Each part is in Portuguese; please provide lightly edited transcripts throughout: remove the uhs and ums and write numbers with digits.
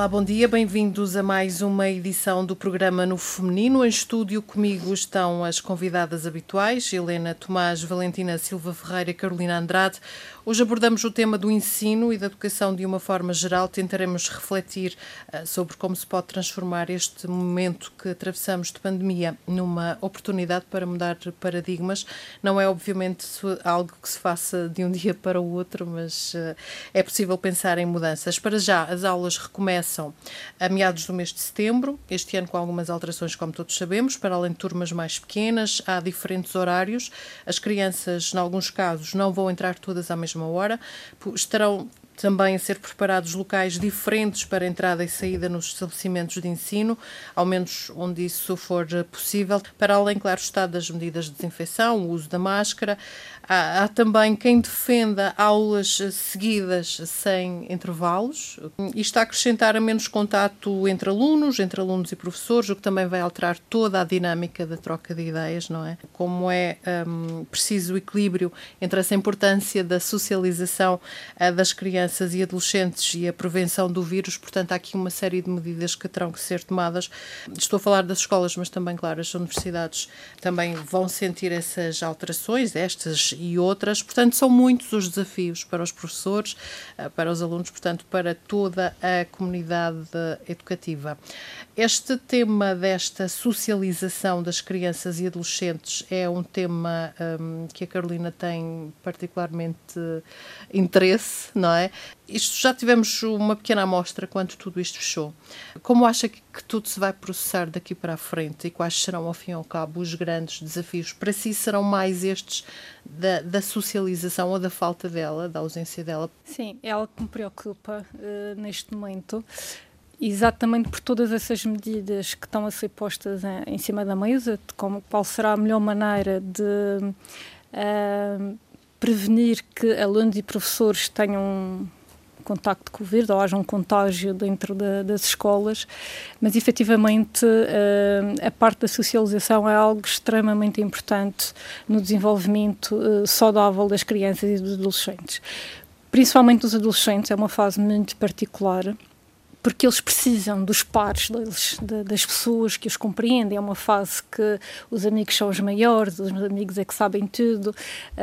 Olá, bom dia, bem-vindos a mais uma edição do programa No Feminino. Em estúdio comigo estão as convidadas habituais, Helena Tomás, Valentina Silva Ferreira e Carolina Andrade. Hoje abordamos o tema do ensino e da educação de uma forma geral. Tentaremos refletir sobre como se pode transformar este momento que atravessamos de pandemia numa oportunidade para mudar paradigmas. Não é, obviamente, algo que se faça de um dia para o outro, mas é possível pensar em mudanças. Para já, as aulas recomeçam a meados do mês de setembro, este ano com algumas alterações, como todos sabemos, para além de turmas mais pequenas, há diferentes horários. As crianças, em alguns casos, não vão entrar todas à mesma hora, estarão também a ser preparados locais diferentes para entrada e saída nos estabelecimentos de ensino, ao menos onde isso for possível, para além, claro, está das medidas de desinfecção, o uso da máscara. Há também quem defenda aulas seguidas sem intervalos. Isto a acrescentar a menos contato entre alunos e professores, o que também vai alterar toda a dinâmica da troca de ideias, não é? Como é preciso o equilíbrio entre essa importância da socialização das crianças e adolescentes e a prevenção do vírus, portanto há aqui uma série de medidas que terão que ser tomadas. Estou a falar das escolas, mas também, claro, as universidades também vão sentir essas alterações, estas e outras, portanto são muitos os desafios para os professores, para os alunos, portanto para toda a comunidade educativa. Este tema desta socialização das crianças e adolescentes é um tema que a Carolina tem particularmente interesse, não é? Isto já tivemos uma pequena amostra quando tudo isto fechou. Como acha que tudo se vai processar daqui para a frente e quais serão, ao fim e ao cabo, os grandes desafios? Para si serão mais estes da socialização ou da falta dela, da ausência dela? Sim, é algo que me preocupa neste momento. Exatamente por todas essas medidas que estão a ser postas em cima da mesa, de qual será a melhor maneira de prevenir que alunos e professores tenham contacto com o vírus ou haja um contágio dentro das escolas, mas efetivamente a parte da socialização é algo extremamente importante no desenvolvimento saudável das crianças e dos adolescentes. Principalmente dos adolescentes, é uma fase muito particular, porque eles precisam dos pares deles, das pessoas que os compreendem. É uma fase que os amigos são os maiores, os amigos é que sabem tudo.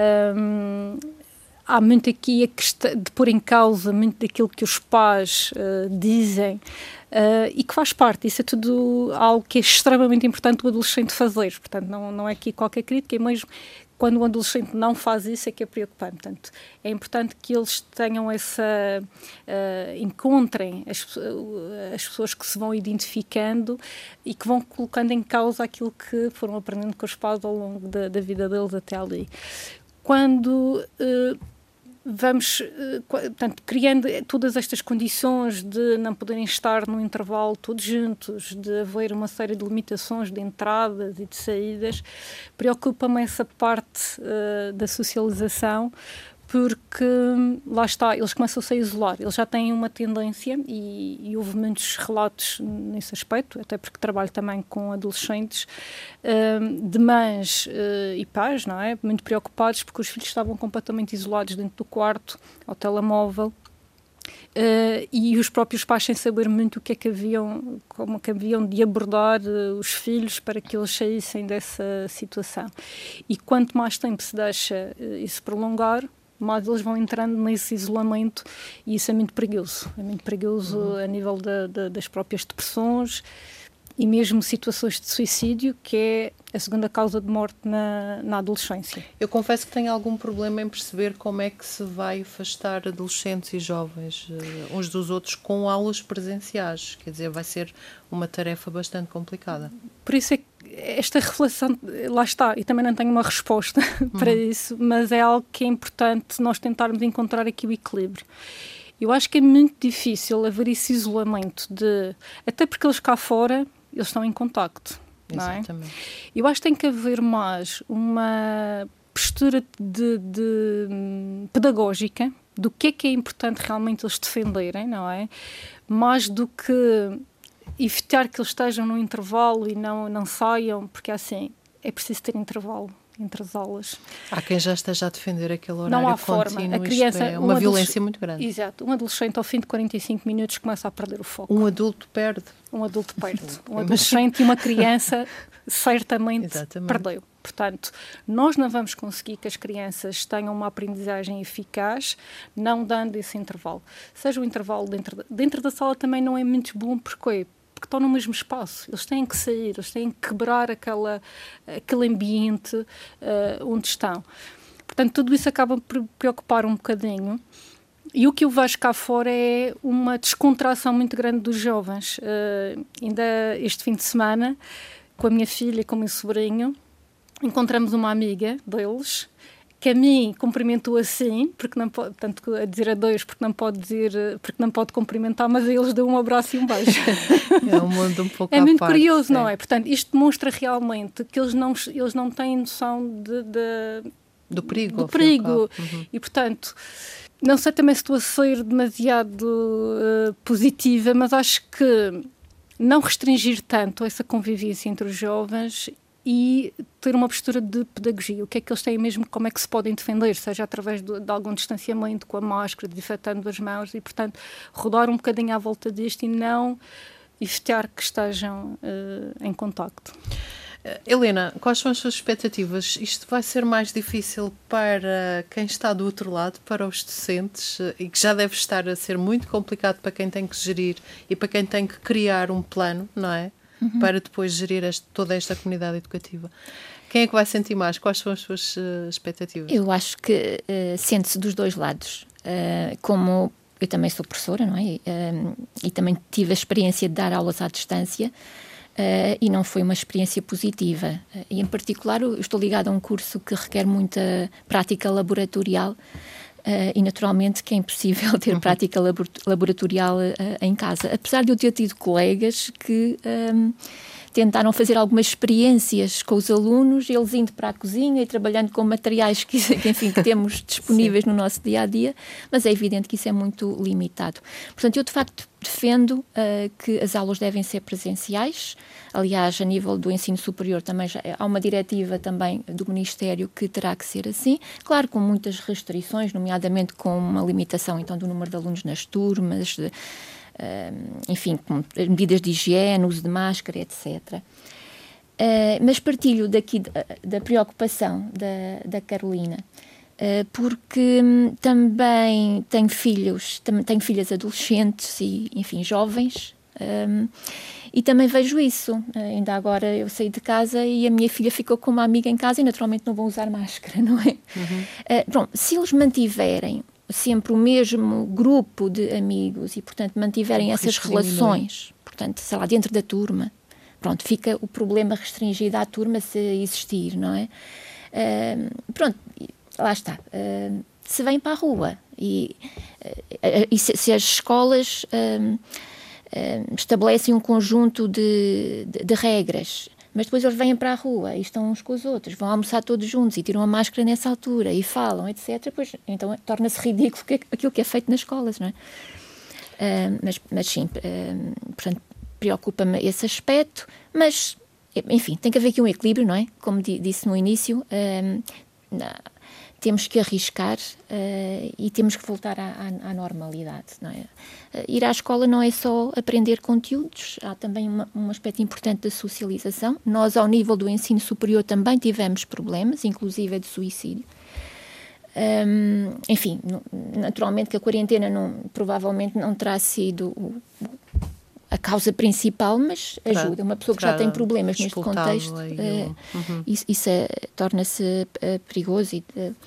Há muito aqui a questão de pôr em causa muito daquilo que os pais dizem e que faz parte. Isso é tudo algo que é extremamente importante o adolescente fazer. Portanto, não é aqui qualquer crítica, é mesmo quando o adolescente não faz isso é que é preocupante. Portanto, é importante que eles tenham encontrem as pessoas que se vão identificando e que vão colocando em causa aquilo que foram aprendendo com os pais ao longo da vida deles até ali. Quando portanto, criando todas estas condições de não poderem estar no intervalo todos juntos, de haver uma série de limitações de entradas e de saídas, preocupa-me essa parte da socialização, porque lá está, eles começam-se a isolar, eles já têm uma tendência e houve muitos relatos nesse aspecto, até porque trabalho também com adolescentes, de mães e pais, não é? Muito preocupados porque os filhos estavam completamente isolados dentro do quarto, ao telemóvel, e os próprios pais sem saber muito o que é que como que haviam de abordar os filhos para que eles saíssem dessa situação. E quanto mais tempo se deixa isso prolongar, mais eles vão entrando nesse isolamento e isso é muito perigoso. É muito perigoso a nível das próprias depressões e mesmo situações de suicídio, que é a segunda causa de morte na adolescência. Eu confesso que tenho algum problema em perceber como é que se vai afastar adolescentes e jovens uns dos outros com aulas presenciais. Quer dizer, vai ser uma tarefa bastante complicada. Por isso é que esta reflexão, lá está, e também não tenho uma resposta para isso, mas é algo que é importante nós tentarmos encontrar aqui o equilíbrio. Eu acho que é muito difícil haver esse isolamento até porque eles cá fora, eles estão em contacto, não é? Exatamente. Eu acho que tem que haver mais uma postura pedagógica do que é importante realmente eles defenderem, não é? Mais do que evitar que eles estejam no intervalo e não saiam, porque assim, é preciso ter intervalo. entre as aulas. Há quem já esteja a defender aquele horário não há contínuo. Forma. A criança, é uma violência muito grande. Exato. Um adolescente, ao fim de 45 minutos, começa a perder o foco. Um adulto perde. Um adolescente e uma criança certamente Exatamente. perdeu. Portanto, nós não vamos conseguir que as crianças tenham uma aprendizagem eficaz não dando esse intervalo. Seja o intervalo dentro da sala também não é muito bom, porque estão no mesmo espaço. Eles têm que sair, eles têm que quebrar aquele ambiente onde estão. Portanto, tudo isso acaba por preocupar um bocadinho. E o que eu vejo cá fora é uma descontração muito grande dos jovens. Ainda este fim de semana, com a minha filha e com o meu sobrinho, encontramos uma amiga deles que a mim cumprimentou assim, porque não pode, tanto a dizer adeus, porque não pode cumprimentar, mas a eles deu um abraço e um beijo. É um mundo um pouco é muito parte, curioso, não é? Portanto, isto demonstra realmente que eles não têm noção do perigo. Uhum. E, portanto, não sei também se estou a ser demasiado positiva, mas acho que não restringir tanto essa convivência entre os jovens e ter uma postura de pedagogia. O que é que eles têm mesmo, como é que se podem defender, seja através de algum distanciamento, com a máscara, desinfetando as mãos e, portanto, rodar um bocadinho à volta disto e não evitar que estejam em contacto. Helena, quais são as suas expectativas? Isto vai ser mais difícil para quem está do outro lado, para os docentes, e que já deve estar a ser muito complicado para quem tem que gerir e para quem tem que criar um plano, não é? Uhum. Para depois gerir toda esta comunidade educativa. Quem é que vai sentir mais? Quais são as suas expectativas? Eu acho que sente-se dos dois lados. Como eu também sou professora, não é? E também tive a experiência de dar aulas à distância e não foi uma experiência positiva. E, em particular, eu estou ligada a um curso que requer muita prática laboratorial e, naturalmente, que é impossível ter prática laboratorial em casa. Apesar de eu ter tido colegas que tentaram fazer algumas experiências com os alunos, eles indo para a cozinha e trabalhando com materiais que temos disponíveis no nosso dia-a-dia, mas é evidente que isso é muito limitado. Portanto, eu, de facto, defendo que as aulas devem ser presenciais. Aliás, a nível do ensino superior também há uma diretiva também do Ministério que terá que ser assim. Claro, com muitas restrições, nomeadamente com uma limitação então do número de alunos nas turmas, com medidas de higiene, uso de máscara, etc. Mas partilho daqui da preocupação da Carolina, porque também tenho filhas adolescentes e, jovens, e também vejo isso. Ainda agora eu saí de casa e a minha filha ficou com uma amiga em casa e naturalmente não vão usar máscara, não é? Uhum. Se eles mantiverem sempre o mesmo grupo de amigos e, portanto, mantiverem essas relações, portanto, sei lá, dentro da turma, pronto, fica o problema restringido à turma se existir, não é? Lá está. Se vêm para a rua e se as escolas estabelecem um conjunto de regras, mas depois eles vêm para a rua e estão uns com os outros, vão almoçar todos juntos e tiram a máscara nessa altura e falam, etc. Pois, então torna-se ridículo aquilo que é feito nas escolas, não é? Mas sim, portanto, preocupa-me esse aspecto, mas, enfim, tem que haver aqui um equilíbrio, não é? Como disse no início, temos que arriscar e temos que voltar à normalidade, não é? Ir à escola não é só aprender conteúdos, há também um aspecto importante da socialização. Nós, ao nível do ensino superior, também tivemos problemas, inclusive de suicídio. Naturalmente que a quarentena provavelmente não terá sido a causa principal, mas ajuda. Uma pessoa que já tem problemas neste contexto, isso torna-se perigoso.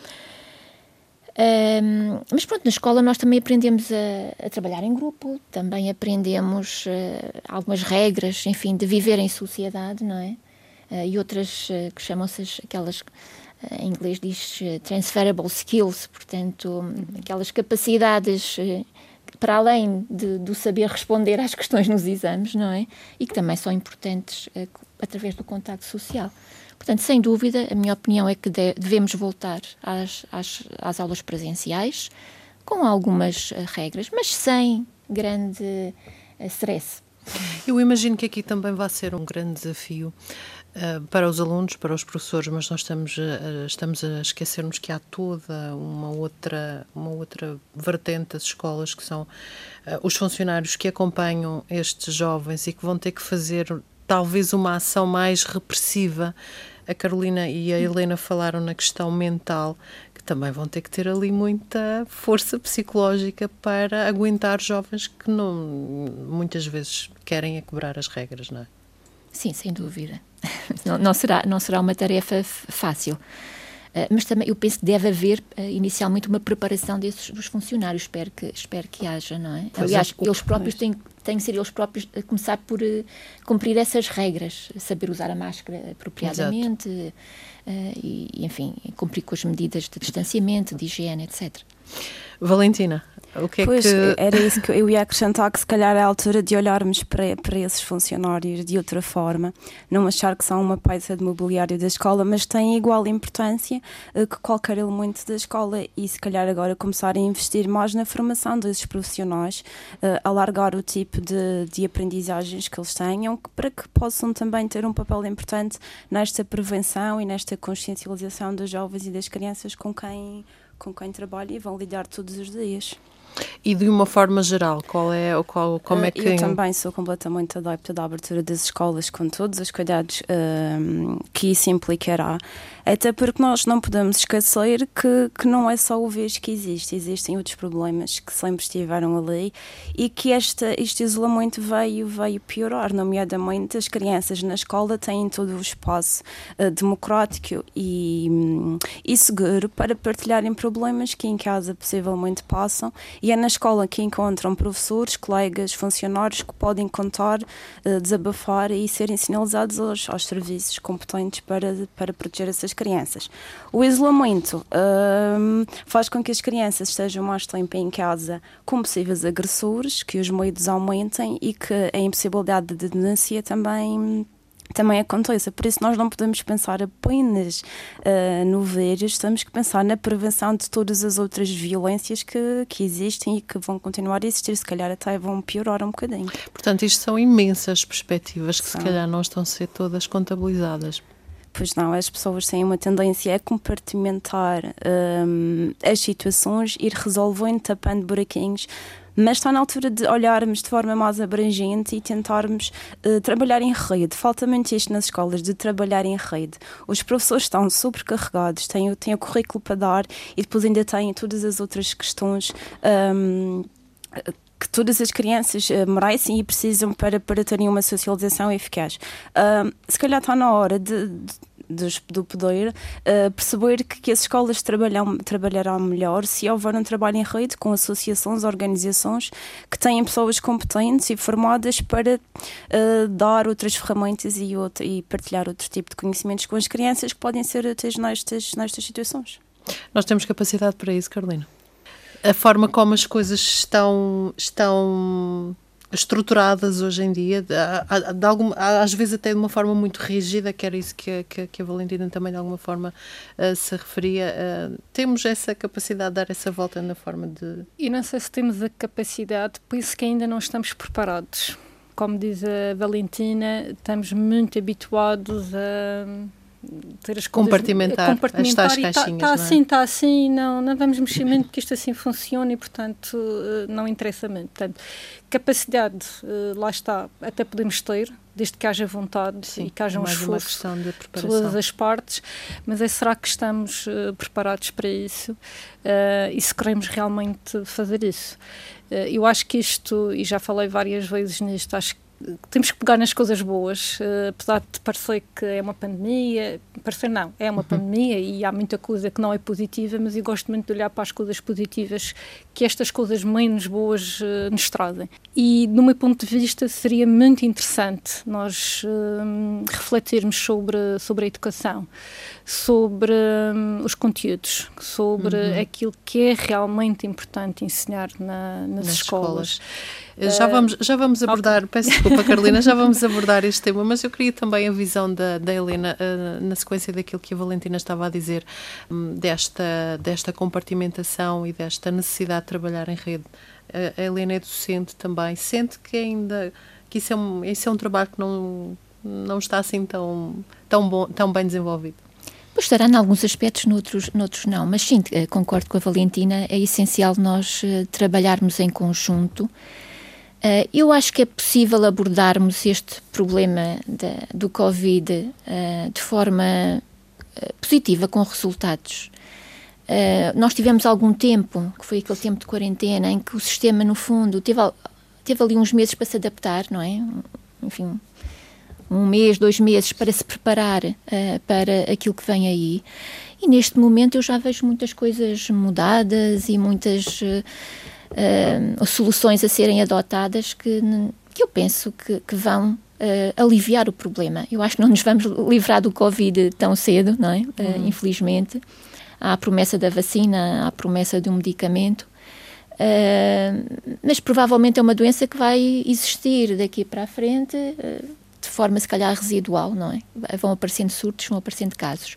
Mas pronto, na escola nós também aprendemos a trabalhar em grupo, também aprendemos algumas regras, enfim, de viver em sociedade, não é? E outras que chamam-se aquelas, em inglês diz transferable skills, portanto, aquelas capacidades para além do saber responder às questões nos exames, não é? E que também são importantes através do contacto social. Portanto, sem dúvida, a minha opinião é que devemos voltar às aulas presenciais, com algumas regras, mas sem grande stress. Eu imagino que aqui também vai ser um grande desafio para os alunos, para os professores, mas nós estamos a esquecermos que há toda uma outra vertente das escolas, que são os funcionários que acompanham estes jovens e que vão ter que fazer talvez uma ação mais repressiva. A Carolina e a Helena falaram na questão mental, que também vão ter que ter ali muita força psicológica para aguentar jovens que não, muitas vezes querem quebrar as regras, não é? Sim, sem dúvida. Não será uma tarefa fácil. Mas também eu penso que deve haver inicialmente uma preparação dos funcionários. Espero que haja, não é? Aliás, eles próprios têm que ser eles próprios a começar por cumprir essas regras, saber usar a máscara apropriadamente e, enfim, cumprir com as medidas de distanciamento, de higiene, etc. Valentina, o que é pois, que... era isso que eu ia acrescentar, que se calhar é a altura de olharmos para esses funcionários de outra forma, não achar que são uma peça de mobiliário da escola, mas têm igual importância que qualquer elemento da escola, e se calhar agora começar a investir mais na formação desses profissionais, alargar o tipo de aprendizagens que eles tenham, para que possam também ter um papel importante nesta prevenção e nesta consciencialização dos jovens e das crianças com quem trabalham e vão lidar todos os dias. E de uma forma geral, como é que... Eu também sou completamente adepta da abertura das escolas com todos os cuidados que isso implicará, até porque nós não podemos esquecer que não é só o vírus que existem outros problemas que sempre estiveram ali e que este isolamento veio piorar, nomeadamente as crianças na escola têm todo o espaço democrático e seguro para partilharem problemas que em casa possivelmente passam. E é na escola que encontram professores, colegas, funcionários que podem contar, desabafar e serem sinalizados aos serviços competentes para proteger essas crianças. O isolamento faz com que as crianças estejam mais tempo em casa com possíveis agressores, que os medos aumentem e que a impossibilidade de denúncia também aconteça. Por isso nós não podemos pensar apenas no vírus, temos que pensar na prevenção de todas as outras violências que existem e que vão continuar a existir, se calhar até vão piorar um bocadinho. Portanto, isto são imensas perspectivas que se calhar não estão a ser todas contabilizadas. Pois não, as pessoas têm uma tendência a compartimentar as situações, ir resolvendo, tapando buraquinhos, mas está na altura de olharmos de forma mais abrangente e tentarmos trabalhar em rede. Falta muito isto nas escolas, de trabalhar em rede. Os professores estão sobrecarregados, têm o currículo para dar e depois ainda têm todas as outras questões que todas as crianças merecem e precisam para terem uma socialização eficaz. Se calhar está na hora do poder perceber que as escolas trabalharão melhor se houver um trabalho em rede com associações, organizações que têm pessoas competentes e formadas para dar outras ferramentas e partilhar outro tipo de conhecimentos com as crianças que podem ser úteis nestas situações. Nós temos capacidade para isso, Carolina? A forma como as coisas estão estruturadas hoje em dia, às vezes até de uma forma muito rígida, que era isso que a Valentina também de alguma forma se referia, temos essa capacidade de dar essa volta na forma de... E não sei se temos a capacidade, penso que ainda não estamos preparados. Como diz a Valentina, estamos muito habituados a ter as coisas, compartimentar as tais caixinhas, está assim, não vamos mexer muito porque isto assim funciona e, portanto, não interessa muito. Portanto, capacidade, lá está, até podemos ter, desde que haja vontade. Sim, e que haja um esforço de todas as partes, mas será que estamos preparados para isso e se queremos realmente fazer isso? Eu acho que isto, e já falei várias vezes nisto, acho que temos que pegar nas coisas boas, apesar de parecer que é uma pandemia, é uma pandemia e há muita coisa que não é positiva, mas eu gosto muito de olhar para as coisas positivas que estas coisas menos boas nos trazem. E, do meu ponto de vista, seria muito interessante nós refletirmos sobre a educação, sobre os conteúdos, sobre aquilo que é realmente importante ensinar nas escolas. Já vamos abordar, peço desculpa, Carolina, já vamos abordar este tema, mas eu queria também a visão da Helena, na sequência daquilo que a Valentina estava a dizer, desta compartimentação e desta necessidade de trabalhar em rede. A Helena é docente também, sente que que isso é um trabalho que não está assim tão bem desenvolvido. Pois estará em alguns aspectos, noutros não. Mas sim, concordo com a Valentina, é essencial nós trabalharmos em conjunto. Eu acho que é possível abordarmos este problema do Covid de forma positiva, com resultados. Nós tivemos algum tempo, que foi aquele tempo de quarentena, em que o sistema, no fundo, teve ali uns meses para se adaptar, não é? Enfim, 1 mês, 2 meses para se preparar para aquilo que vem aí. E neste momento eu já vejo muitas coisas mudadas e muitas soluções a serem adotadas que eu penso que vão aliviar o problema. Eu acho que não nos vamos livrar do Covid tão cedo, não é? Infelizmente. Há a promessa da vacina, há a promessa de um medicamento, mas provavelmente é uma doença que vai existir daqui para a frente de forma, se calhar, residual, não é? Vão aparecendo surtos, vão aparecendo casos.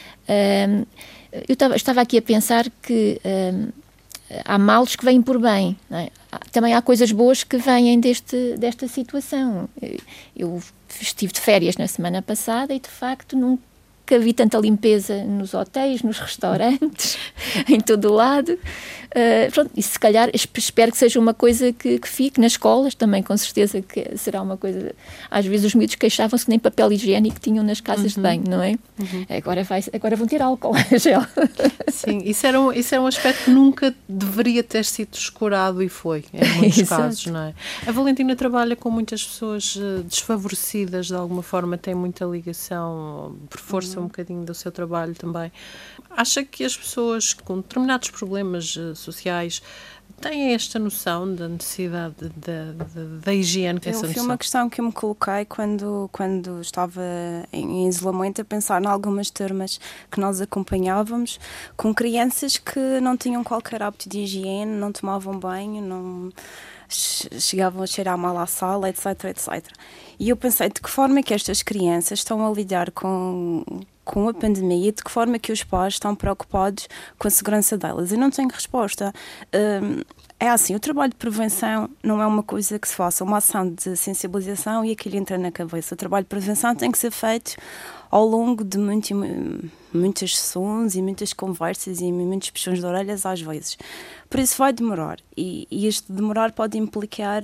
Eu estava aqui a pensar que há males que vêm por bem, não é? Também há coisas boas que vêm desta situação. Eu estive de férias na semana passada e, de facto, nunca vi tanta limpeza nos hotéis, nos restaurantes, em todo o lado. Pronto, e se calhar espero que seja uma coisa que fique nas escolas também, com certeza que será uma coisa. Às vezes os miúdos queixavam-se que nem papel higiênico tinham nas casas de banho, não é? Agora vão ter álcool gel. Sim, isso era um aspecto que nunca deveria ter sido descurado e foi, em muitos casos, não é? A Valentina trabalha com muitas pessoas desfavorecidas, de alguma forma tem muita ligação, por força um bocadinho do seu trabalho também. Acha que as pessoas com determinados problemas sociais têm esta noção da necessidade da higiene? Foi uma questão que eu me coloquei quando estava em isolamento, a pensar em algumas turmas que nós acompanhávamos com crianças que não tinham qualquer hábito de higiene, não tomavam banho, não chegavam a cheirar mal à sala, etc, etc. E eu pensei, de que forma é que estas crianças estão a lidar com a pandemia e de que forma é que os pais estão preocupados com a segurança delas? Eu não tenho resposta. É assim, o trabalho de prevenção não é uma coisa que se faça, uma ação de sensibilização e aquilo entra na cabeça. O trabalho de prevenção tem que ser feito ao longo de muitas sessões e muitas conversas e muitos puxões de orelhas às vezes. Por isso vai demorar. E este demorar pode implicar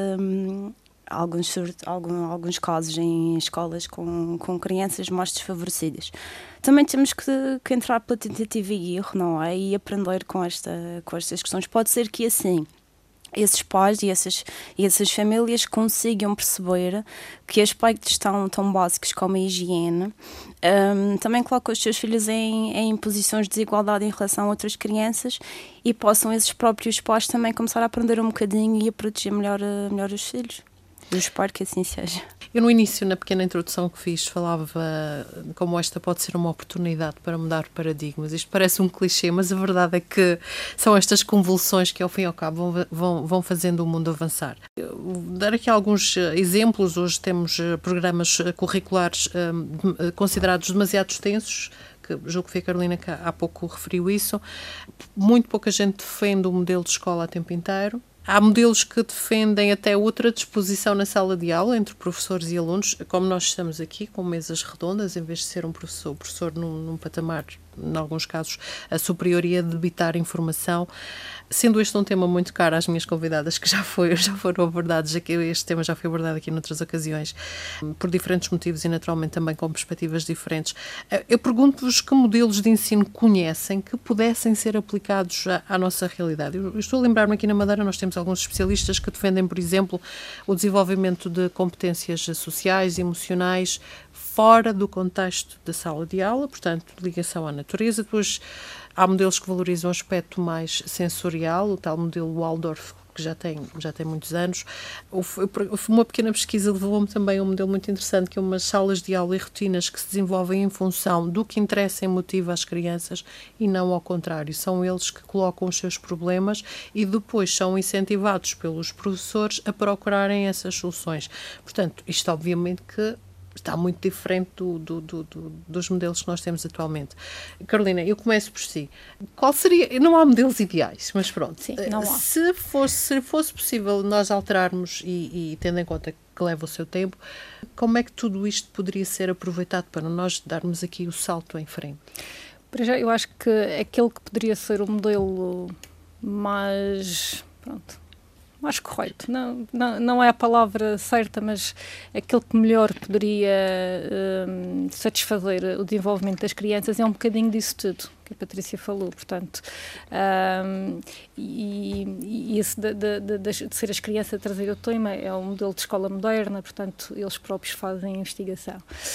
alguns casos em escolas com crianças mais desfavorecidas. Também temos que entrar pela tentativa e erro, não é? E aprender com estas questões. Pode ser que assim esses pais e essas famílias consigam perceber que aspectos tão básicos como a higiene também colocam os seus filhos em posições de desigualdade em relação a outras crianças e possam esses próprios pais também começar a aprender um bocadinho e a proteger melhor os filhos. Eu espero que assim seja. Eu no início, na pequena introdução que fiz, falava como esta pode ser uma oportunidade para mudar paradigmas. Isto parece um clichê, mas a verdade é que são estas convulsões que ao fim e ao cabo vão fazendo o mundo avançar. Vou dar aqui alguns exemplos. Hoje temos programas curriculares considerados demasiado extensos, que julgo que foi a Carolina que há pouco referiu isso. Muito pouca gente defende o modelo de escola a tempo inteiro. Há modelos que defendem até outra disposição na sala de aula entre professores e alunos, como nós estamos aqui, com mesas redondas, em vez de ser o professor num patamar, em alguns casos, a superior e a debitar informação. Sendo este um tema muito caro às minhas convidadas, que já foram abordados aqui, este tema já foi abordado aqui noutras ocasiões, por diferentes motivos e naturalmente também com perspectivas diferentes. Eu pergunto-vos que modelos de ensino conhecem que pudessem ser aplicados à nossa realidade. Eu estou a lembrar-me aqui na Madeira, nós temos alguns especialistas que defendem, por exemplo, o desenvolvimento de competências sociais e emocionais fora do contexto da sala de aula, portanto, ligação à natureza. Depois há modelos que valorizam o aspecto mais sensorial, o tal modelo Waldorf, que já tem muitos anos. Uma pequena pesquisa levou-me também a um modelo muito interessante, que é umas salas de aula e rotinas que se desenvolvem em função do que interessa e motiva as crianças e não ao contrário. São eles que colocam os seus problemas e depois são incentivados pelos professores a procurarem essas soluções. Portanto, isto obviamente que está muito diferente dos modelos que nós temos atualmente. Carolina, eu começo por si. Qual seria... Não há modelos ideais, mas pronto. Sim, não há. Se fosse possível nós alterarmos e tendo em conta que leva o seu tempo. Como é que tudo isto poderia ser aproveitado para nós darmos aqui o salto em frente? Para já, eu acho que aquele que poderia ser o modelo mais correto, não é a palavra certa, mas aquele que melhor poderia satisfazer o desenvolvimento das crianças é um bocadinho disso tudo que a Patrícia falou, portanto, e esse de ser as crianças a trazer o tema é um modelo de escola moderna, portanto, eles próprios fazem a investigação.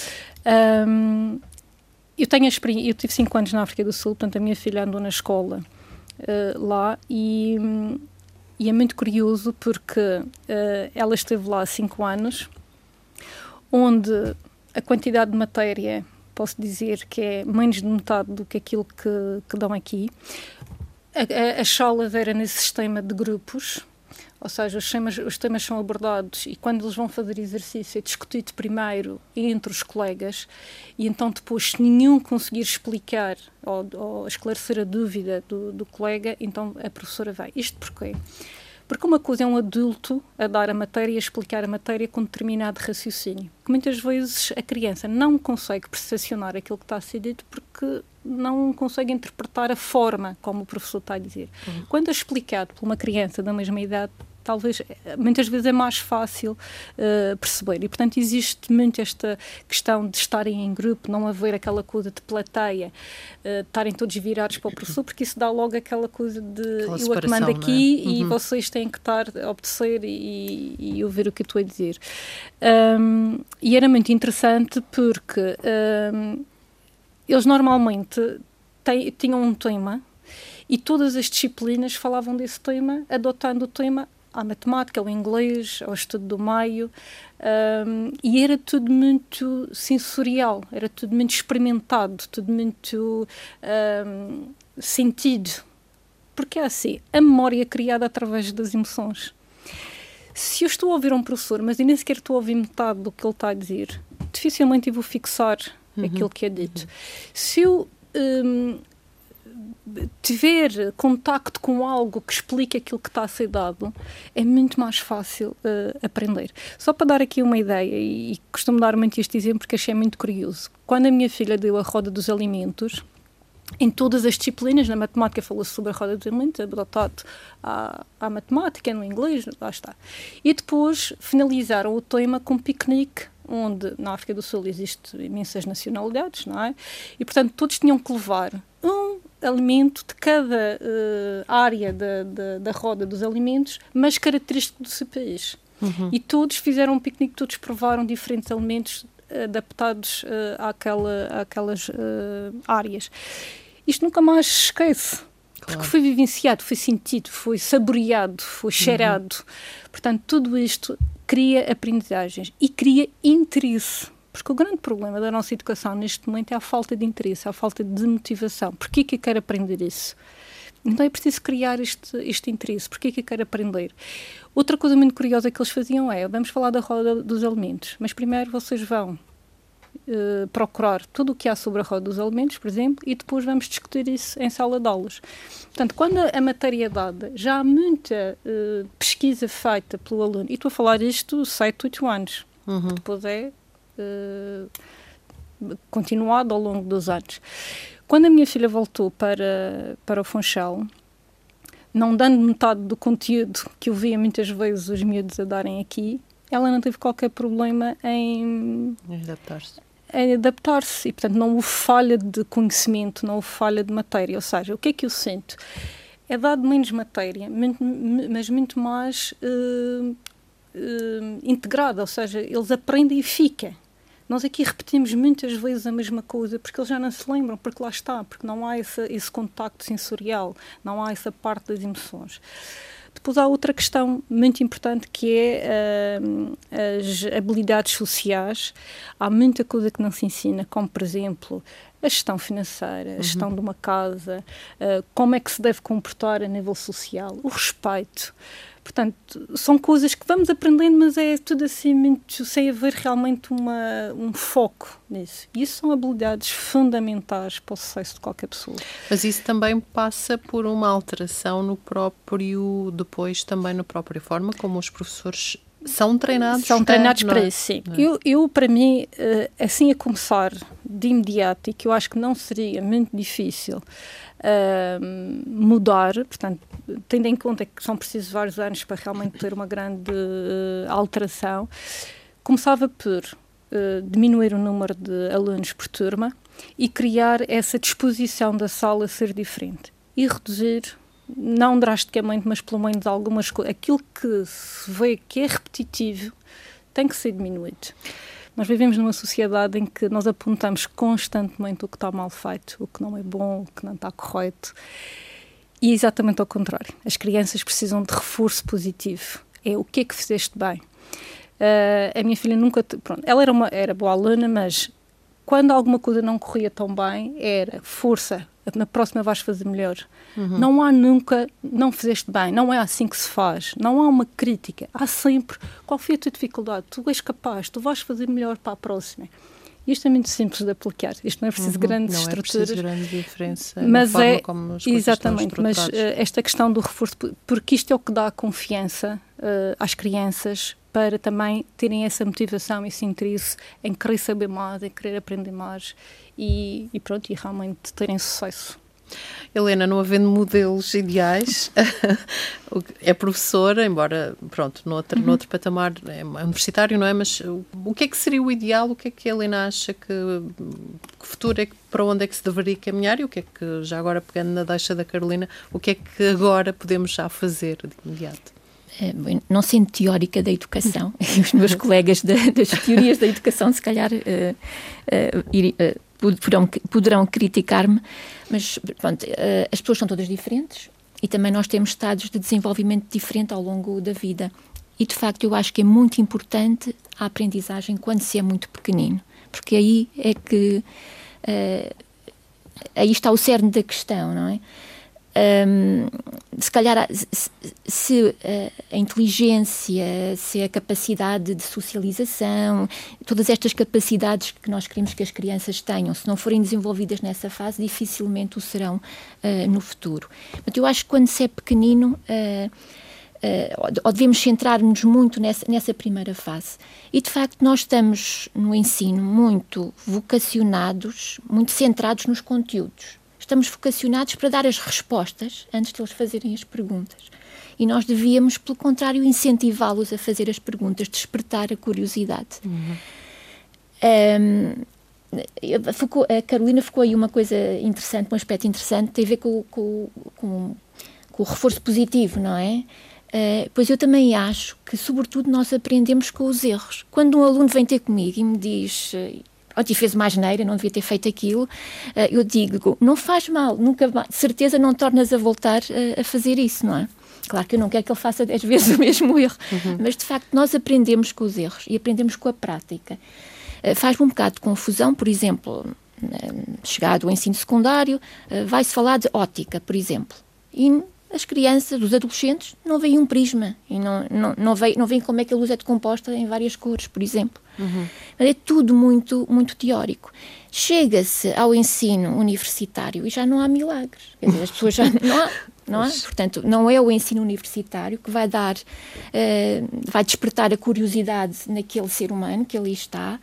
Eu tive 5 anos na África do Sul, portanto, a minha filha andou na escola lá e é muito curioso porque ela esteve lá há 5 anos, onde a quantidade de matéria, posso dizer que é menos de metade do que aquilo que dão aqui. As salas eram nesse sistema de grupos, ou seja, os temas são abordados e quando eles vão fazer exercício é discutido primeiro entre os colegas e então depois, se nenhum conseguir explicar ou esclarecer a dúvida do colega, então a professora vai. Isto porquê? Porque uma coisa é um adulto a dar a matéria e a explicar a matéria com determinado raciocínio. Que muitas vezes a criança não consegue percepcionar aquilo que está a ser dito porque não consegue interpretar a forma como o professor está a dizer. Quando é explicado por uma criança da mesma idade, talvez, muitas vezes é mais fácil perceber. E, portanto, existe muito esta questão de estarem em grupo, não haver aquela coisa de plateia, estarem todos virados para o professor, porque isso dá logo aquela coisa de eu te mando aqui e vocês têm que estar a obedecer e ouvir o que eu estou a dizer. E era muito interessante porque eles normalmente tinham um tema e todas as disciplinas falavam desse tema, adotando o tema à matemática, ao inglês, ao estudo do meio, e era tudo muito sensorial, era tudo muito experimentado, tudo muito sentido. Porque é assim, a memória é criada através das emoções. Se eu estou a ouvir um professor, mas eu nem sequer estou a ouvir metade do que ele está a dizer, dificilmente eu vou fixar aquilo que é dito. Se eu tiver contacto com algo que explique aquilo que está a ser dado, é muito mais fácil aprender. Só para dar aqui uma ideia, e costumo dar muito este exemplo porque achei muito curioso. Quando a minha filha deu a roda dos alimentos, em todas as disciplinas, na matemática falou-se sobre a roda dos alimentos, adotado à matemática, no inglês, lá está. E depois finalizaram o tema com um piquenique, onde na África do Sul existem imensas nacionalidades, não é? E, portanto, todos tinham que levar um alimento de cada área da roda dos alimentos, mas característico do seu país. E todos fizeram um piquenique, todos provaram diferentes alimentos adaptados àquelas áreas. Isto nunca mais se esquece, porque foi vivenciado, foi sentido, foi saboreado, foi cheirado. Portanto, tudo isto cria aprendizagens e cria interesse. Porque o grande problema da nossa educação neste momento é a falta de interesse, a falta de motivação. Porquê que eu quero aprender isso? Então é preciso criar este interesse. Porquê que eu quero aprender? Outra coisa muito curiosa que eles faziam vamos falar da roda dos alimentos, mas primeiro vocês vão procurar tudo o que há sobre a roda dos alimentos, por exemplo, e depois vamos discutir isso em sala de aulas. Portanto, quando a matéria é dada, já há muita pesquisa feita pelo aluno, e estou a falar isto 7, 8 anos, que depois é continuado ao longo dos anos. Quando a minha filha voltou para o Funchal, não dando metade do conteúdo que eu via muitas vezes os miúdos a darem aqui, ela não teve qualquer problema em adaptar-se. E, portanto, não houve falha de conhecimento, não houve falha de matéria. Ou seja, o que é que eu sinto? É dado menos matéria, mas muito mais integrada. Ou seja, eles aprendem e ficam. Nós aqui repetimos muitas vezes a mesma coisa porque eles já não se lembram, porque lá está, porque não há esse contacto sensorial, não há essa parte das emoções. Depois há outra questão muito importante que é as habilidades sociais. Há muita coisa que não se ensina, como, por exemplo, a gestão financeira, a gestão de uma casa, como é que se deve comportar a nível social, o respeito. Portanto, são coisas que vamos aprendendo, mas é tudo assim muito, sem haver realmente um foco nisso. E isso são habilidades fundamentais para o sucesso de qualquer pessoa. Mas isso também passa por uma alteração depois também na própria forma como os professores São treinados para isso, sim. Eu, para mim, assim a começar de imediato, e que eu acho que não seria muito difícil mudar, portanto, tendo em conta que são precisos vários anos para realmente ter uma grande alteração, começava por diminuir o número de alunos por turma e criar essa disposição da sala a ser diferente e reduzir, não drasticamente, mas pelo menos algumas coisas. Aquilo que se vê que é repetitivo tem que ser diminuído. Nós vivemos numa sociedade em que nós apontamos constantemente o que está mal feito, o que não é bom, o que não está correto. E é exatamente ao contrário. As crianças precisam de reforço positivo. É o que é que fizeste bem. A minha filha nunca... Pronto, ela era boa aluna, mas quando alguma coisa não corria tão bem, era força. Na próxima vais fazer melhor. Não há nunca, não fizeste bem, não é assim que se faz. Não há uma crítica. Há sempre, qual foi a tua dificuldade? Tu és capaz, tu vais fazer melhor para a próxima. Isto é muito simples de aplicar. Isto não é preciso grandes estruturas. Não é preciso grande diferença mas na forma como as coisas exatamente, estão mas esta questão do reforço, porque isto é o que dá confiança às crianças para também terem essa motivação, esse interesse em querer saber mais, em querer aprender mais e pronto, e realmente terem sucesso. Helena, não havendo modelos ideais, é professora, embora, pronto, noutro patamar, é universitário, não é? Mas o que é que seria o ideal? O que é que a Helena acha que futuro é, para onde é que se deveria caminhar? E o que é que, já agora pegando na deixa da Carolina, o que é que agora podemos já fazer de imediato? Não sendo teórica da educação, os meus colegas das teorias da educação se calhar poderão criticar-me, mas pronto, as pessoas são todas diferentes e também nós temos estados de desenvolvimento diferente ao longo da vida e de facto eu acho que é muito importante a aprendizagem quando se é muito pequenino, porque aí é que aí está o cerne da questão, não é? Se calhar se a inteligência, se a capacidade de socialização, todas estas capacidades que nós queremos que as crianças tenham, se não forem desenvolvidas nessa fase, dificilmente o serão no futuro. Mas eu acho que quando se é pequenino, ou devemos centrar-nos muito nessa primeira fase. E de facto nós estamos no ensino muito vocacionados, muito centrados nos conteúdos. Estamos vocacionados para dar as respostas antes de eles fazerem as perguntas. E nós devíamos, pelo contrário, incentivá-los a fazer as perguntas, despertar a curiosidade. A Carolina focou aí uma coisa interessante, um aspecto interessante, tem a ver com o reforço positivo, não é? Pois eu também acho que, sobretudo, nós aprendemos com os erros. Quando um aluno vem ter comigo e me diz... e fez uma asneira, não devia ter feito aquilo, eu digo, não faz mal, nunca mais, de certeza não tornas a voltar a fazer isso, não é? Claro que eu não quero que ele faça 10 vezes o mesmo erro, mas de facto nós aprendemos com os erros e aprendemos com a prática. Faz-me um bocado de confusão, por exemplo, chegado ao ensino secundário, vai-se falar de óptica, por exemplo, e as crianças, os adolescentes, não veem um prisma e não veem como é que a luz é decomposta em várias cores, por exemplo. É tudo muito, muito teórico. Chega-se ao ensino universitário e já não há milagres. Quer dizer, as pessoas já não há. Portanto, não é o ensino universitário que vai vai despertar a curiosidade naquele ser humano que ali está.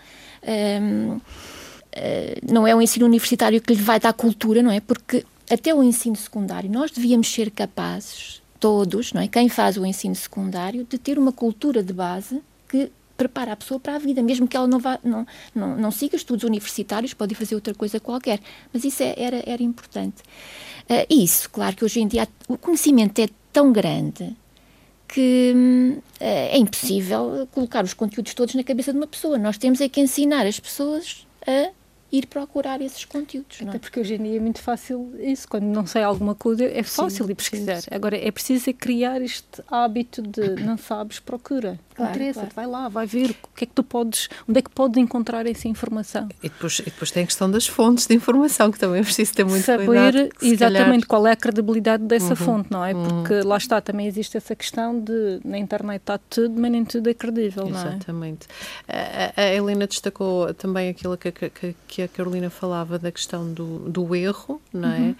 Não é o ensino universitário que lhe vai dar cultura, não é? Porque até o ensino secundário nós devíamos ser capazes, todos, não é? Quem faz o ensino secundário, de ter uma cultura de base que prepara a pessoa para a vida, mesmo que ela não siga estudos universitários, pode fazer outra coisa qualquer, mas isso era importante. Isso, claro que hoje em dia o conhecimento é tão grande que é impossível colocar os conteúdos todos na cabeça de uma pessoa. Nós temos é que ensinar as pessoas a ir procurar esses conteúdos. Não é? Até porque hoje em dia é muito fácil isso. Quando não sei alguma coisa, é fácil ir pesquisar. Sim. Agora, é preciso criar este hábito de não sabes, procura. Claro, interessa, vai lá, vai ver o que é que tu podes, onde é que podes encontrar essa informação. E depois tem a questão das fontes de informação, que também é preciso ter muito cuidado. Saber exatamente qual é a credibilidade dessa fonte, não é? Porque lá está, também existe essa questão de na internet está tudo, mas nem tudo é credível, não é? Exatamente. A Helena destacou também aquilo que a Carolina falava da questão do erro, não é?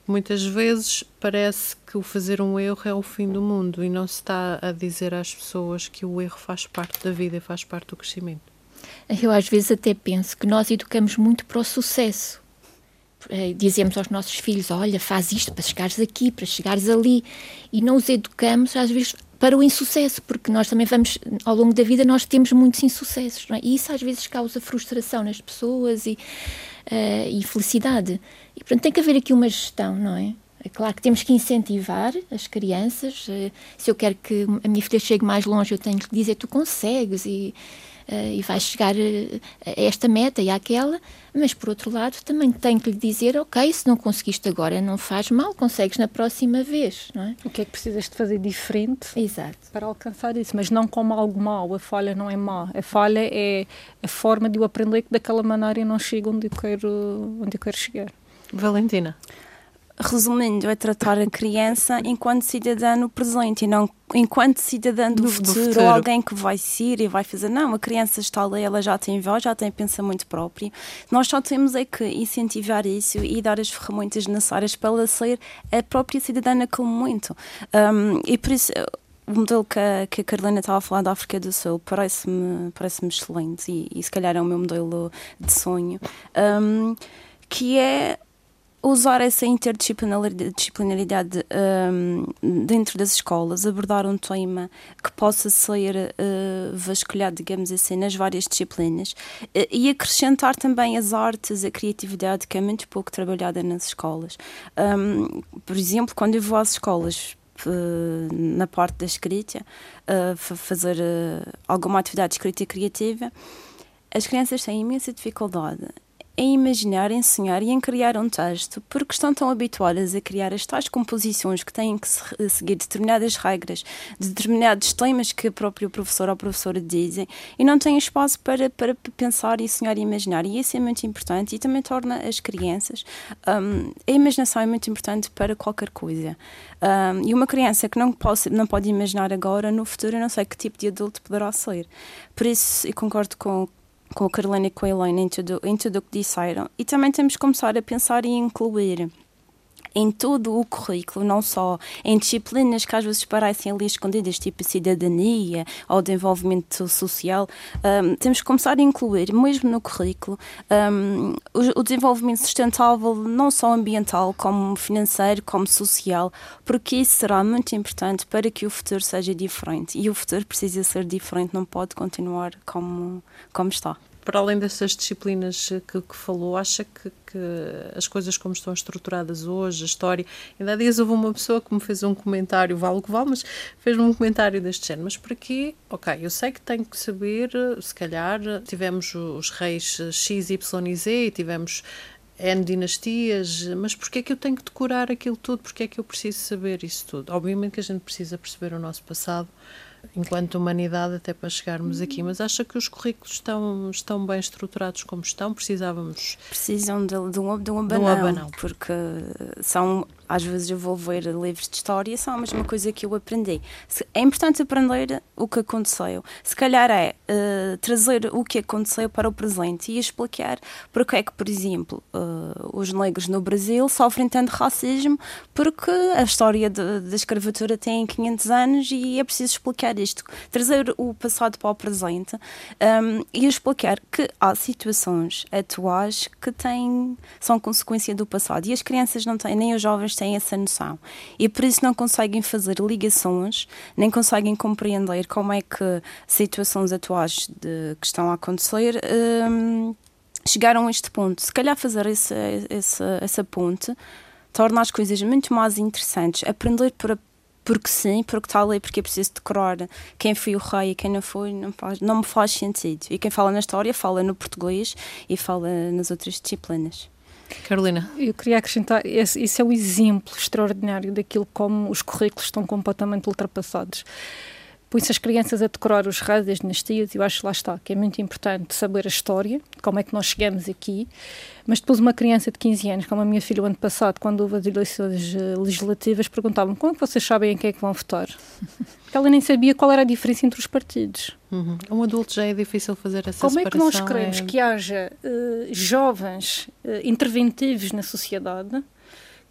Muitas vezes parece que o fazer um erro é o fim do mundo e não se está a dizer às pessoas que o erro faz parte da vida e faz parte do crescimento. Eu às vezes até penso que nós educamos muito para o sucesso. Dizemos aos nossos filhos, olha, faz isto para chegares aqui, para chegares ali, e não os educamos às vezes para o insucesso, porque nós também vamos, ao longo da vida, nós temos muitos insucessos, não é? E isso às vezes causa frustração nas pessoas e felicidade. E, portanto, tem que haver aqui uma gestão, não é? É claro que temos que incentivar as crianças. Se eu quero que a minha filha chegue mais longe, eu tenho que dizer, tu consegues e vais chegar a esta meta e àquela, mas por outro lado também tenho que lhe dizer, ok, se não conseguiste agora não faz mal, consegues na próxima vez, não é? O que é que precisas de fazer diferente? Exato. Para alcançar isso, mas não como algo mau. A falha não é má, a falha é a forma de eu aprender que daquela maneira eu não chego onde eu quero chegar. Valentina. Resumindo, é tratar a criança enquanto cidadã no presente e não enquanto cidadã do futuro, ou alguém que vai ser e vai fazer. Não, a criança está ali, ela já tem voz, já tem pensamento próprio. Nós só temos é que incentivar isso e dar as ferramentas necessárias para ela ser a própria cidadã naquele momento. E por isso, o modelo que a Carolina estava a falar da África do Sul parece-me excelente e se calhar é o meu modelo de sonho, que é usar essa interdisciplinaridade dentro das escolas, abordar um tema que possa ser vasculhado, digamos assim, nas várias disciplinas e acrescentar também as artes, a criatividade, que é muito pouco trabalhada nas escolas. Por exemplo, quando eu vou às escolas na parte da escrita, fazer alguma atividade de escrita criativa, as crianças têm imensa dificuldade em imaginar, em sonhar e em criar um texto, porque estão tão habituadas a criar as tais composições que têm que seguir determinadas regras, determinados temas que a própria professora ou a professora dizem, e não têm espaço para pensar e sonhar e imaginar. E isso é muito importante e também torna as crianças... a imaginação é muito importante para qualquer coisa. E uma criança que não pode imaginar agora, no futuro, eu não sei que tipo de adulto poderá ser. Por isso, eu concordo com a Carolina e com a Helena em tudo o que disseram. E também temos que começar a pensar e incluir em todo o currículo, não só em disciplinas que às vezes parecem ali escondidas, tipo cidadania ou desenvolvimento social. Temos que começar a incluir, mesmo no currículo, o desenvolvimento sustentável, não só ambiental, como financeiro, como social, porque isso será muito importante para que o futuro seja diferente. E o futuro precisa ser diferente, não pode continuar como está. Para além dessas disciplinas que falou, acha que as coisas como estão estruturadas hoje, a história... Ainda há dias houve uma pessoa que me fez um comentário, vale o que vale, mas fez-me um comentário deste género. Mas para quê? Ok, eu sei que tenho que saber, se calhar, tivemos os reis X, Y e Z e tivemos N dinastias, mas porquê é que eu tenho que decorar aquilo tudo? Porquê é que eu preciso saber isso tudo? Obviamente que a gente precisa perceber o nosso passado, enquanto humanidade, até para chegarmos aqui, mas acha que os currículos estão bem estruturados como estão? Precisam de um abanão, porque às vezes eu vou ver livros de história, são a mesma coisa que eu aprendi. É importante aprender o que aconteceu. Se calhar é trazer o que aconteceu para o presente e explicar porque é que, por exemplo, os negros no Brasil sofrem tanto racismo, porque a história da escravatura tem 500 anos e é preciso explicar isto. Trazer o passado para o presente e explicar que há situações atuais que são consequência do passado e as crianças não têm, nem os jovens têm essa noção e por isso não conseguem fazer ligações, nem conseguem compreender como é que situações atuais que estão a acontecer chegaram a este ponto. Se calhar fazer essa ponte torna as coisas muito mais interessantes. Aprender porque sim, porque está ali, porque é preciso decorar quem foi o rei e quem não foi, não me faz sentido. E quem fala na história fala no português e fala nas outras disciplinas. Carolina. Eu queria acrescentar, isso é um exemplo extraordinário daquilo como os currículos estão completamente ultrapassados. Põe-se as crianças a decorar os reis das dinastias e eu acho que lá está, que é muito importante saber a história, como é que nós chegamos aqui, mas depois uma criança de 15 anos, como a minha filha o ano passado, quando houve as eleições legislativas, perguntava-me como é que vocês sabem em quem é que vão votar? Porque ela nem sabia qual era a diferença entre os partidos. Um adulto já é difícil fazer essa separação. Como é que nós queremos que haja jovens interventivos na sociedade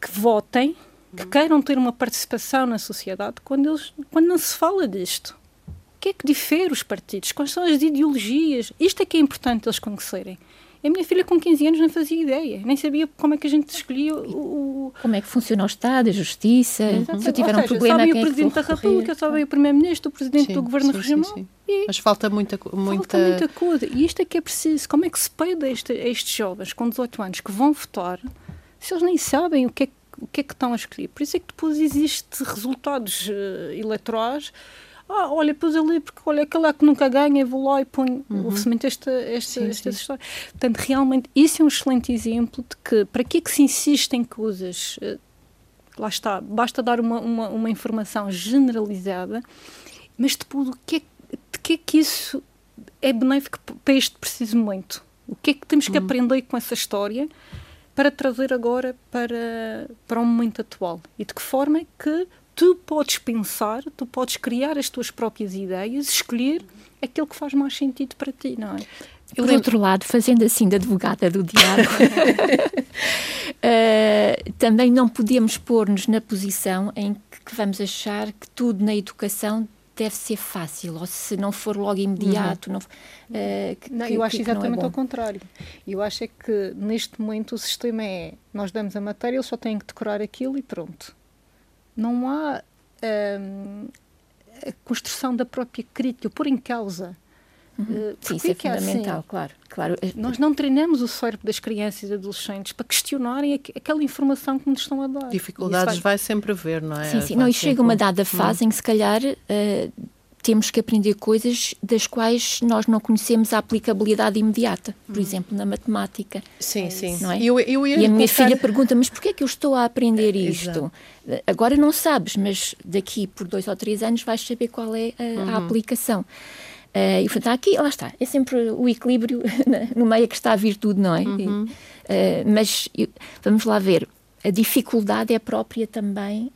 que votem, que queiram ter uma participação na sociedade quando não se fala disto. O que é que difere os partidos? Quais são as ideologias? Isto é que é importante eles conhecerem. A minha filha com 15 anos não fazia ideia, nem sabia como é que a gente escolhia como é que funciona o Estado, a Justiça, se eu tiver um problema, sabem quem o Presidente da República, sabem o Primeiro-Ministro, o Presidente do Governo Regional. Mas falta muita coisa. E isto é que é preciso. Como é que se pede a estes jovens com 18 anos que vão votar se eles nem sabem o que é que estão a escolher? Por isso é que depois existem resultados eleitorais. Olha, pus ali, porque olha, aquela que nunca ganha, vou lá e ponho oferecimento esta história. Portanto, realmente, isso é um excelente exemplo de que, para que é que se insiste em coisas? Lá está, basta dar uma informação generalizada, mas depois, de que é que isso é benéfico para este preciso momento? O que é que temos que aprender com essa história para trazer agora para o momento atual? E de que forma é que tu podes pensar, tu podes criar as tuas próprias ideias, escolher aquilo que faz mais sentido para ti, não é? Por outro lado, fazendo assim de advogada do diabo, também não podemos pôr-nos na posição em que vamos achar que tudo na educação deve ser fácil, ou se não for logo imediato. Eu acho exatamente ao contrário. Eu acho é que neste momento o sistema nós damos a matéria, eles só têm que decorar aquilo e pronto. Não há a construção da própria crítica, pôr em causa. Sim, isso é fundamental, assim? Claro. Nós não treinamos o cérebro das crianças e adolescentes para questionarem aquela informação que nos estão a dar. Dificuldades vai sempre haver, não é? Sim. E chega uma dada fase em que, se calhar, temos que aprender coisas das quais nós não conhecemos a aplicabilidade imediata. Por exemplo, na matemática. Sim. Não é? E a minha filha pergunta, mas porquê é que eu estou a aprender isto? Exato. Agora não sabes, mas daqui por 2 ou 3 anos vais saber qual é a aplicação. E portanto, aqui, lá está, é sempre o equilíbrio no meio que está a virtude, não é? Mas vamos lá ver, a dificuldade é própria também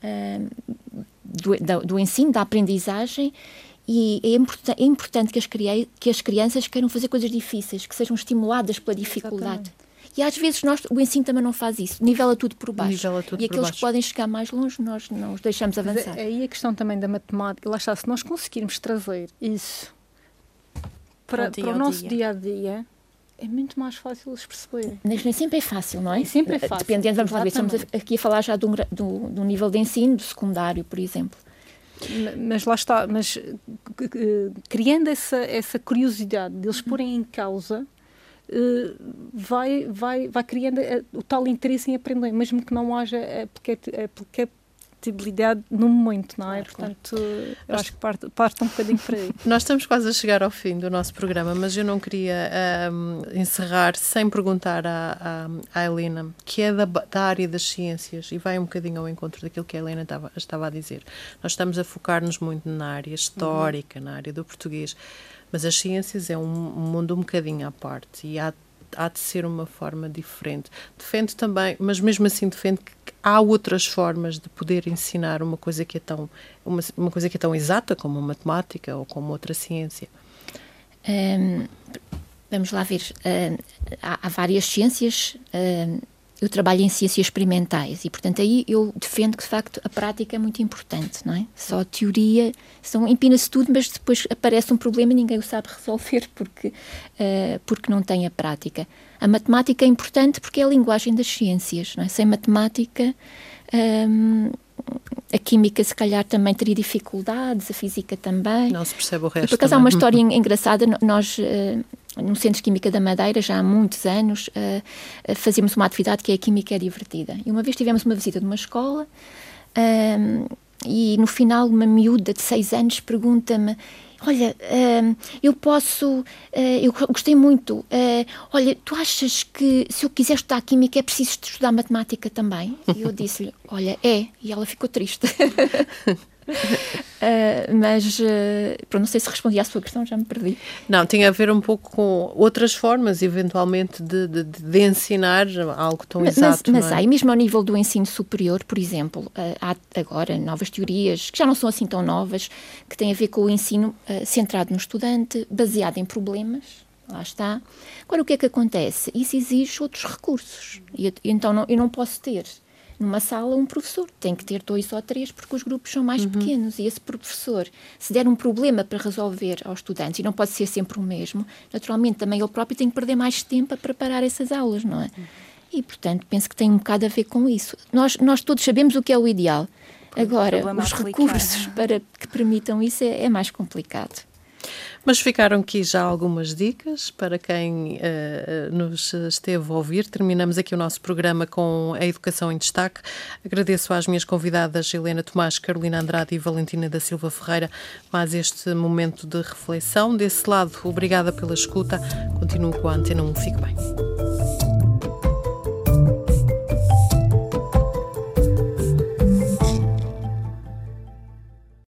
do ensino, da aprendizagem, e é importante que as crianças queiram fazer coisas difíceis, que sejam estimuladas pela dificuldade. Exatamente. E às vezes o ensino também não faz isso, nivela tudo por baixo. E aqueles que podem chegar mais longe, nós não os deixamos avançar. Mas aí a questão também da matemática, lá está, se nós conseguirmos trazer isso para o nosso dia-a-dia, é muito mais fácil eles perceberem. Mas nem sempre é fácil, não é? Nem sempre é fácil. Dependendo, vamos lá ver, estamos aqui a falar já do nível de ensino, do secundário, por exemplo. Mas lá está, criando essa curiosidade de eles porem em causa, vai criando o tal interesse em aprender, mesmo que não haja aplicabilidade no momento, não é? Portanto, eu acho que parte um bocadinho por aí. Nós estamos quase a chegar ao fim do nosso programa, mas eu não queria encerrar sem perguntar à Helena, que é da área das ciências, e vai um bocadinho ao encontro daquilo que a Helena estava a dizer. Nós estamos a focar-nos muito na área histórica, na área do português, mas as ciências é um mundo um bocadinho à parte, e há de ser uma forma diferente. Defende também, mas mesmo assim defende que há outras formas de poder ensinar uma coisa que é tão exata como a matemática ou como outra ciência. Vamos lá ver. Há várias ciências. Eu trabalho em ciências experimentais e, portanto, aí eu defendo que, de facto, a prática é muito importante, não é? Só a teoria, empina-se tudo, mas depois aparece um problema e ninguém o sabe resolver porque não tem a prática. A matemática é importante porque é a linguagem das ciências, não é? Sem matemática, a química, se calhar, também teria dificuldades, a física também. Não se percebe o resto. Por acaso, há uma história engraçada. Nós, no Centro de Química da Madeira, já há muitos anos, fazíamos uma atividade que é a Química é Divertida. E uma vez tivemos uma visita de uma escola e, no final, uma miúda de 6 anos pergunta-me: olha, eu gostei muito, olha, tu achas que se eu quiser estudar Química é preciso estudar Matemática também? E eu disse-lhe: olha, é. E ela ficou triste. Mas não sei se respondi à sua questão, já me perdi. Não, tinha a ver um pouco com outras formas, eventualmente, de ensinar algo tão exato. Mas há, e mesmo ao nível do ensino superior, por exemplo, há agora novas teorias, que já não são assim tão novas, que têm a ver com o ensino centrado no estudante, baseado em problemas. Lá está. Agora, o que é que acontece? Isso exige outros recursos. E então eu não posso ter numa sala um professor. Tem que ter 2 ou 3 porque os grupos são mais pequenos e esse professor, se der um problema para resolver aos estudantes, e não pode ser sempre o mesmo, naturalmente também ele próprio tem que perder mais tempo a preparar essas aulas, não é? E, portanto, penso que tem um bocado a ver com isso. Nós todos sabemos o que é o ideal. Agora, os recursos para que permitam isso é mais complicado. Mas ficaram aqui já algumas dicas para quem nos esteve a ouvir. Terminamos aqui o nosso programa com a Educação em Destaque. Agradeço às minhas convidadas Helena Tomás, Carolina Andrade e Valentina da Silva Ferreira mais este momento de reflexão. Desse lado, obrigada pela escuta. Continuo com a Antena 1. Fique bem.